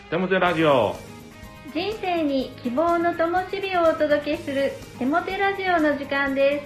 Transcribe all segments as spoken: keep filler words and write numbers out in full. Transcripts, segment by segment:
テモテラジオ。 人生に希望の灯火をお届けするテモテラジオの時間です。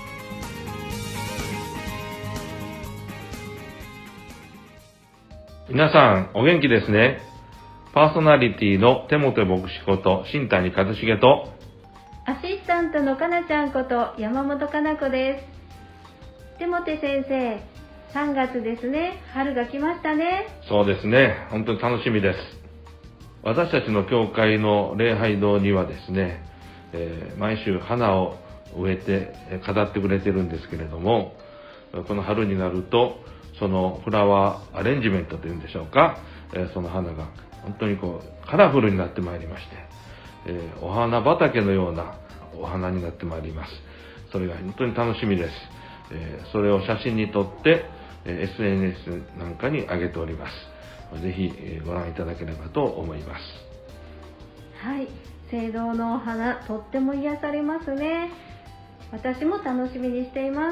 皆さんお元気ですね。パーソナリティのテモテ牧師こと新谷和重と、 アシスタントのかなちゃんこと山本かな子です。テモテ先生、さんがつですね。春が来ましたね。 そうですね、本当に楽しみです。私たちの教会の礼拝堂にはですね、えー、毎週花を植えて飾ってくれてるんですけれども、この春になるとそのフラワーアレンジメントというんでしょうか、えー、その花が本当にこうカラフルになってまいりまして、えー、お花畑のようなお花になってまいります。それが本当に楽しみです。えー、それを写真に撮って、えー、エスエヌエス なんかに上げております。ぜひ、えー、ご覧いただければと思います。 はい、聖堂のお花、とっても癒されますね。私も楽しみにしています。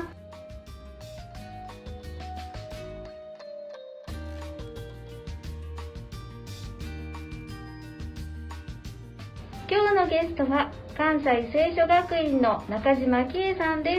今日のゲストは関西聖書学院の中島喜恵さんです。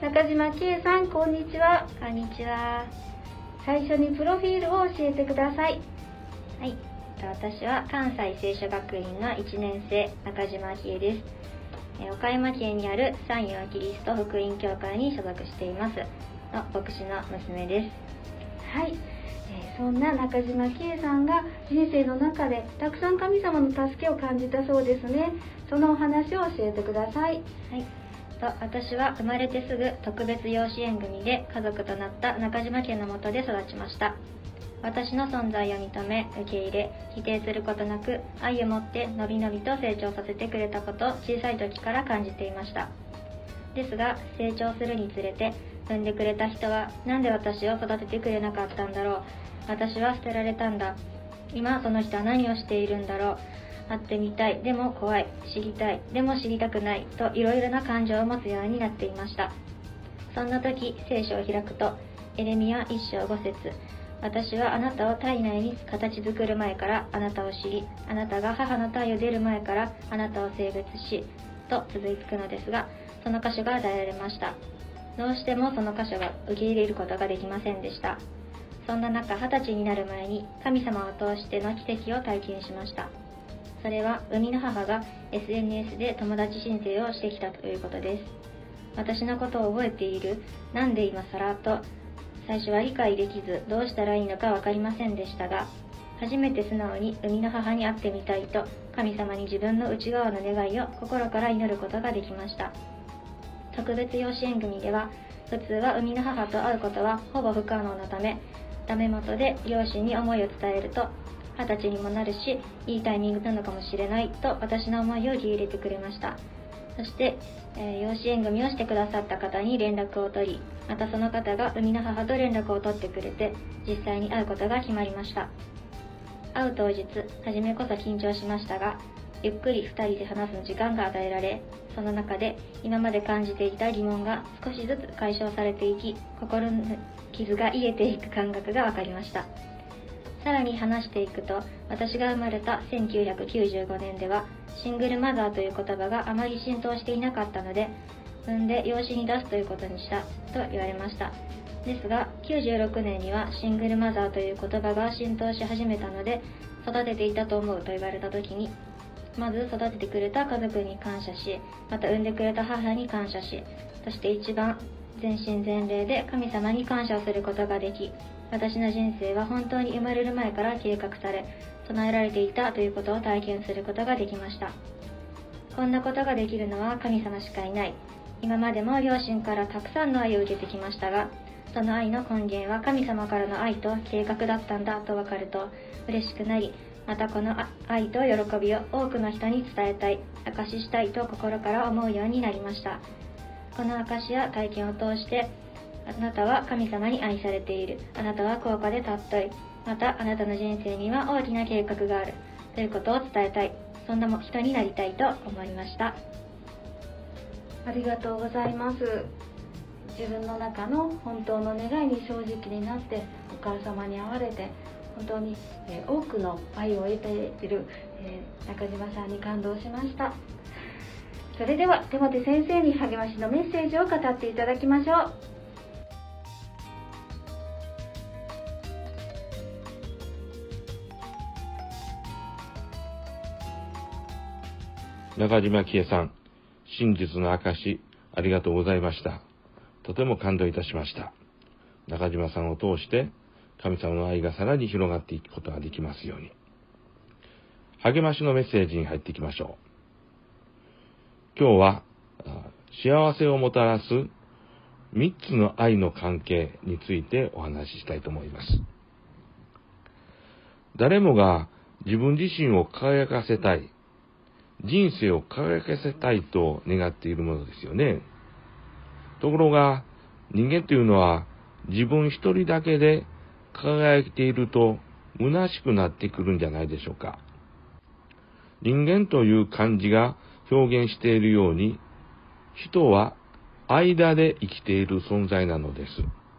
中島喜恵さん、こんにちは。 こんにちは。 最初にプロフィールを教えてください。 はい、私は関西聖書学院のいちねん生、中島喜恵です。岡山県にある三陽キリスト福音教会に所属していますの牧師の娘です。 はい、えー、そんな中島喜恵さんが人生の中でたくさん神様の助けを感じたそうですね。そのお話を教えてください。 はい、と私は生まれてすぐ特別養子縁組で家族となった中島家の下で育ちました。私の存在を認め、受け入れ、否定することなく愛を持ってのびのびと成長させてくれたことを小さい時から感じていました。ですが成長するにつれて、産んでくれた人はなんで私を育ててくれなかったんだろう、私は捨てられたんだ、今その人は何をしているんだろう、会ってみたい、でも怖い、知りたい、でも知りたくないといろいろな感情を持つようになっていました。そんな時聖書を開くと、エレミヤ一章五節、私はあなたを体内に形作る前からあなたを知り、あなたが母の体を出る前からあなたを性別し、と続くのですが、その箇所が与えられました。どうしてもその箇所が受け入れることができませんでした。そんな中、二十歳になる前に神様を通しての奇跡を体験しました。それは生みの母が エスエヌエス で友達申請をしてきたということです。私のことを覚えている、なんで今更と最初は理解できず、どうしたらいいのか分かりませんでしたが、初めて素直に生みの母に会ってみたいと神様に自分の内側の願いを心から祈ることができました。特別養子縁組では普通は生みの母と会うことはほぼ不可能なため、ダメ元で両親に思いを伝えると、二十歳にもなるしいいタイミングなのかもしれないと私の思いを受け入れてくれました。そして、えー、養子縁組をしてくださった方に連絡を取り、またその方が生みの母と連絡を取ってくれて、実際に会うことが決まりました。会う当日、初めこそ緊張しましたが、ゆっくり二人で話す時間が与えられ、その中で今まで感じていた疑問が少しずつ解消されていき、心の傷が癒えていく感覚が分かりました。さらに話していくと、私が生まれたせんきゅうひゃくきゅうじゅうごねんではシングルマザーという言葉があまり浸透していなかったので、産んで養子に出すということにしたと言われました。ですがきゅうじゅうろくねんにはシングルマザーという言葉が浸透し始めたので、育てていたと思うと言われた時に、まず育ててくれた家族に感謝し、また産んでくれた母に感謝し、そして一番全身全霊で神様に感謝をすることができ、私の人生は本当に生まれる前から計画され、備えられていたということを体験することができました。こんなことができるのは神様しかいない。今までも両親からたくさんの愛を受けてきましたが、その愛の根源は神様からの愛と計画だったんだと分かると嬉しくなり、またこの愛と喜びを多くの人に伝えたい、証ししたいと心から思うようになりました。この証しや体験を通して、あなたは神様に愛されている、あなたは高価で尊い、またあなたの人生には大きな計画があるということを伝えたい、そんな人になりたいと思いました。 ありがとうございます。自分の中の本当の願いに正直になってお母様に会われて、 本当に、えー、多くの愛を得ている、えー、中島さんに感動しました。それではテモテ先生に励ましのメッセージを語っていただきましょう。 中島喜恵さん、真実の証ありがとうございました。とても感動いたしました。中島さんを通して神様の愛がさらに広がっていくことができますように。励ましのメッセージに入っていきましょう。今日は幸せをもたらす三つの愛の関係についてお話ししたいと思います。誰もが自分自身を輝かせたい、人生を輝かせたいと願っているものですよね。ところが人間というのは自分一人だけで輝いていると虚しくなってくるんじゃないでしょうか。人間という漢字が表現しているように、人は間で生きている存在なのです。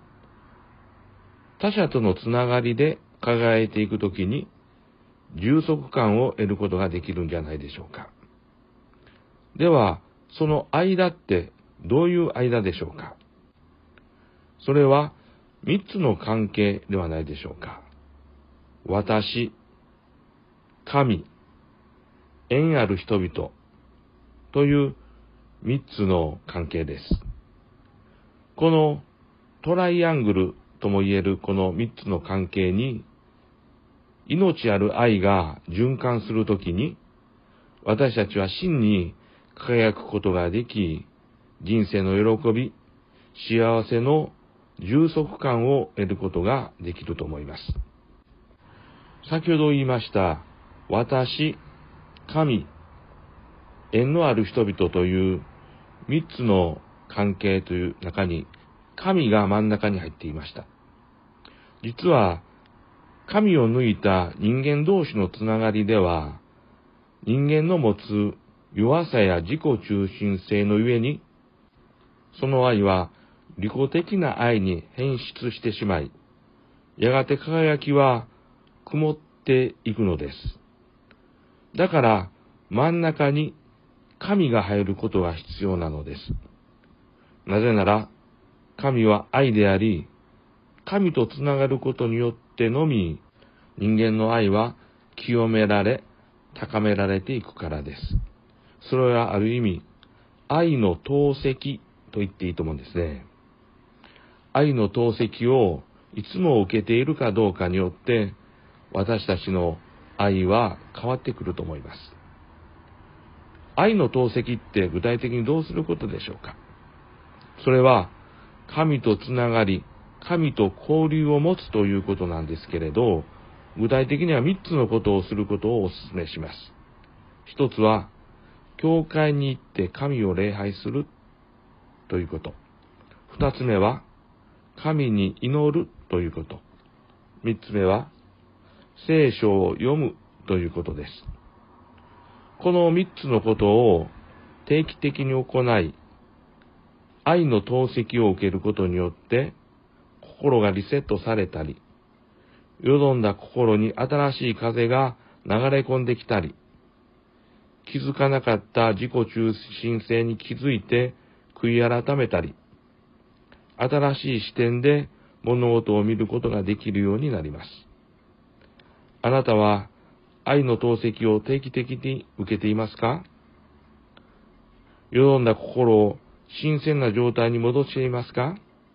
他者とのつながりで輝いていくときに充足感を得ることができるんじゃないでしょうか。では、その間ってどういう間でしょうか。それは三つの関係ではないでしょうか。私、神、縁ある人々という三つの関係です。このトライアングルとも言えるこの三つの関係に、命ある愛が循環するときに、私たちは真に輝くことができ、人生の喜び、幸せの充足感を得ることができると思います。先ほど言いました、私、神、縁のある人々という三つの関係という中に、神が真ん中に入っていました。実は、神を抜いた人間同士のつながりでは、人間の持つ弱さや自己中心性のゆえに、その愛は利己的な愛に変質してしまい、やがて輝きは曇っていくのです。だから真ん中に神が入ることが必要なのです。なぜなら、神は愛であり、神とつながることによってのみ、人間の愛は清められ、高められていくからです。それはある意味、愛の透析と言っていいと思うんですね。愛の透析をいつも受けているかどうかによって、私たちの愛は変わってくると思います。愛の透析って具体的にどうすることでしょうか。それは、神とつながり、神と交流を持つということなんですけれど、具体的には三つのことをすることをお勧めします。一つは、教会に行って神を礼拝するということ。二つ目は、神に祈るということ。三つ目は、聖書を読むということです。この三つのことを定期的に行い、愛の透析を受けることによって、心がリセットされたり、よどんだ心に新しい風が流れ込んできたり、気づかなかった自己中心性に気づいて悔い改めたり、新しい視点で物事を見ることができるようになります。あなたは愛の透析を定期的に受けていますか？よどんだ心を新鮮な状態に戻していますか？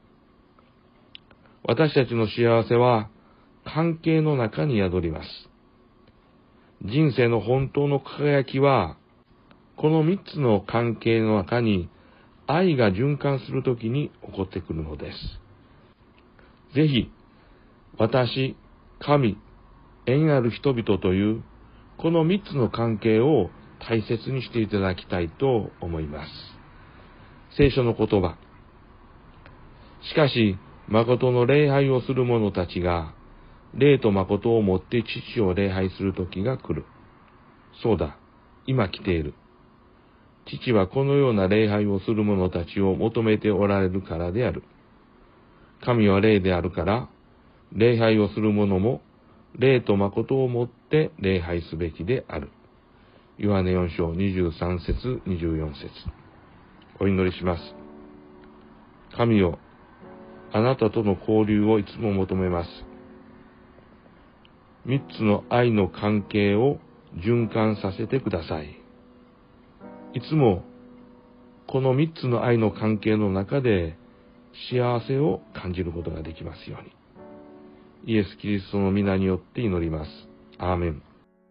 私たちの幸せは関係の中に宿ります。人生の本当の輝きは、この三つの関係の中に愛が循環するときに起こってくるのです。ぜひ、私、神、縁ある人々という、この三つの関係を大切にしていただきたいと思います。聖書の言葉。しかし、誠の礼拝をする者たちが、霊と誠をもって父を礼拝する時が来る。そうだ、今来ている。父はこのような礼拝をする者たちを求めておられるからである。神は霊であるから、礼拝をする者も霊と誠をもって礼拝すべきである。ヨハネよん章にじゅうさん節にじゅうよん節。お祈りします。神よ、あなたとの交流をいつも求めます。三つの愛の関係を循環させてください。いつもこの三つの愛の関係の中で幸せを感じることができますように。イエス・キリストの皆によって祈ります。アーメン。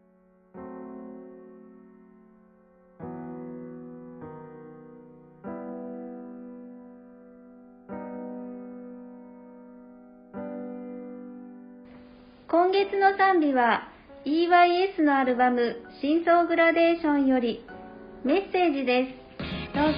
今月の賛美は イーワイエス のアルバム「真相グラデーション」よりメッセージです。どうぞ。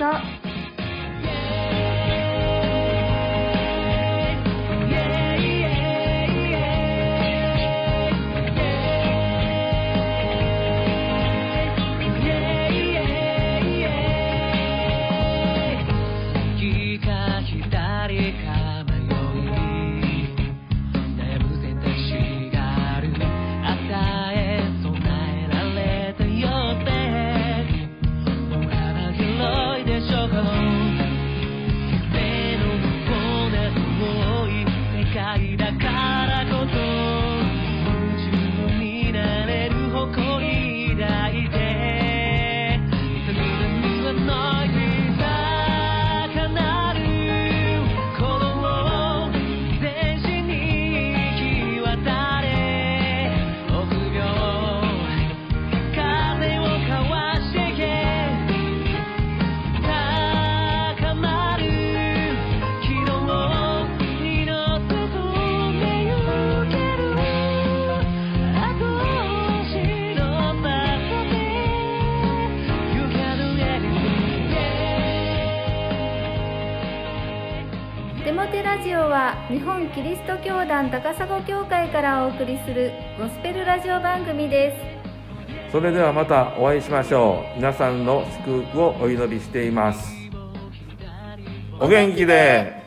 デモテラジオは日本キリスト教団高砂教会からお送りするゴスペルラジオ番組です。 それではまたお会いしましょう。皆さんの祝福をお祈りしています。お元気で。